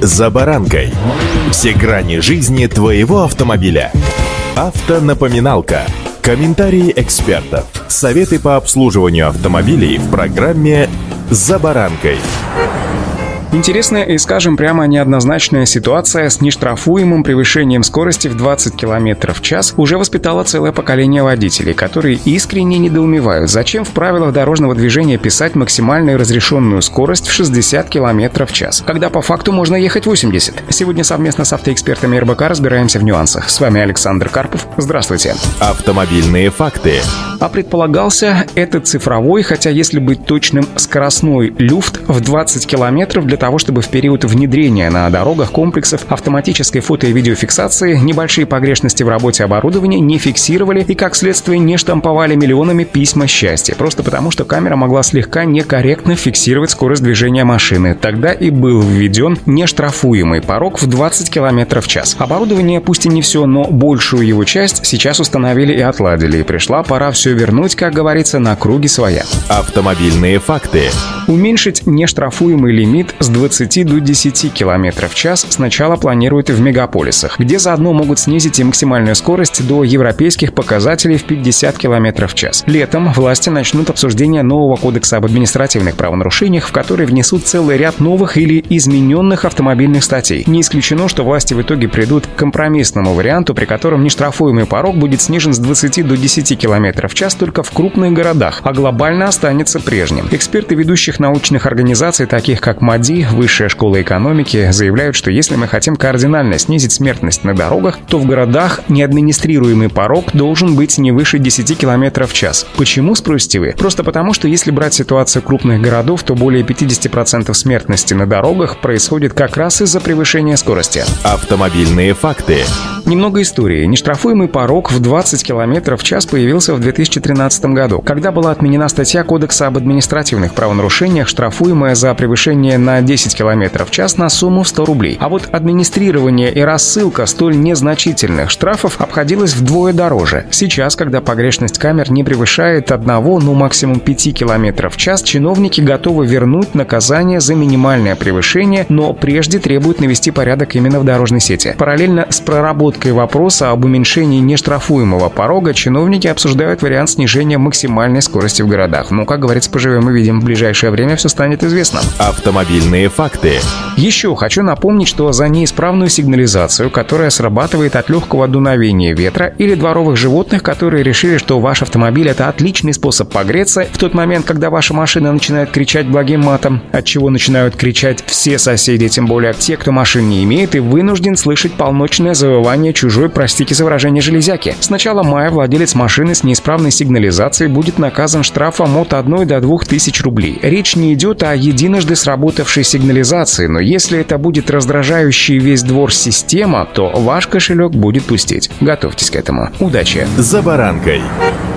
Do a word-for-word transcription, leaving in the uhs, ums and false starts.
«За баранкой». Все грани жизни твоего автомобиля. Автонапоминалка. Комментарии экспертов. Советы по обслуживанию автомобилей в программе «За баранкой». Интересная и, скажем прямо, неоднозначная ситуация с нештрафуемым превышением скорости в двадцать километров в час уже воспитала целое поколение водителей, которые искренне недоумевают, зачем в правилах дорожного движения писать максимальную разрешенную скорость в шестьдесят километров в час, когда по факту можно ехать восемьдесят. Сегодня совместно с автоэкспертами эр бэ ка разбираемся в нюансах. С вами Александр Карпов. Здравствуйте. Автомобильные факты. А предполагался этот цифровой, хотя если быть точным, скоростной люфт в двадцать километров для того, чтобы в период внедрения на дорогах комплексов автоматической фото- и видеофиксации небольшие погрешности в работе оборудования не фиксировали и, как следствие, не штамповали миллионами письма счастья, просто потому что камера могла слегка некорректно фиксировать скорость движения машины. Тогда и был введен нештрафуемый порог в двадцать километров в час. Оборудование, пусть и не все, но большую его часть сейчас установили и отладили, и пришла пора все вернуть, как говорится, на круги своя. Автомобильные факты. Уменьшить нештрафуемый лимит с двадцати до десяти километров в час сначала планируют в мегаполисах, где заодно могут снизить и максимальную скорость до европейских показателей в пятьдесят километров в час. Летом власти начнут обсуждение нового кодекса об административных правонарушениях, в который внесут целый ряд новых или измененных автомобильных статей. Не исключено, что власти в итоге придут к компромиссному варианту, при котором нештрафуемый порог будет снижен с двадцати до десяти километров в час только в крупных городах, а глобально останется прежним. Эксперты ведущих научных организаций, таких как МАДИ, Высшая школа экономики, заявляют, что если мы хотим кардинально снизить смертность на дорогах, то в городах неадминистрируемый порог должен быть не выше десяти километров в час. Почему, спросите вы? Просто потому, что если брать ситуацию крупных городов, то более пятьдесят процентов смертности на дорогах происходит как раз из-за превышения скорости. Автомобильные факты. Немного истории. Нештрафуемый порог в двадцать километров в час появился в две тысячи тринадцатом году, когда была отменена статья Кодекса об административных правонарушениях, штрафуемая за превышение на десять километров в час на сумму в сто рублей. А вот администрирование и рассылка столь незначительных штрафов обходилось вдвое дороже. Сейчас, когда погрешность камер не превышает одного, ну максимум пяти километров в час, чиновники готовы вернуть наказание за минимальное превышение, но прежде требуют навести порядок именно в дорожной сети. Параллельно с проработкой вопроса об уменьшении нештрафуемого порога чиновники обсуждают вариант снижения максимальной скорости в городах. Ну, как говорится, поживем и видим. В ближайшее время все станет известно. Автомобильные факты. Еще хочу напомнить, что за неисправную сигнализацию, которая срабатывает от легкого дуновения ветра, или дворовых животных, которые решили, что ваш автомобиль — это отличный способ погреться в тот момент, когда ваша машина начинает кричать благим матом, от чего начинают кричать все соседи, тем более те, кто машин не имеет и вынужден слышать полночное завывание чужой, простите за выражение, железяки. С начала мая владелец машины с неисправной сигнализацией будет наказан штрафом от одной до двух тысяч рублей. Речь не идет о единожды сработавшей сигнализации, но если это будет раздражающая весь двор система, то ваш кошелек будет пустеть. Готовьтесь к этому. Удачи! За баранкой.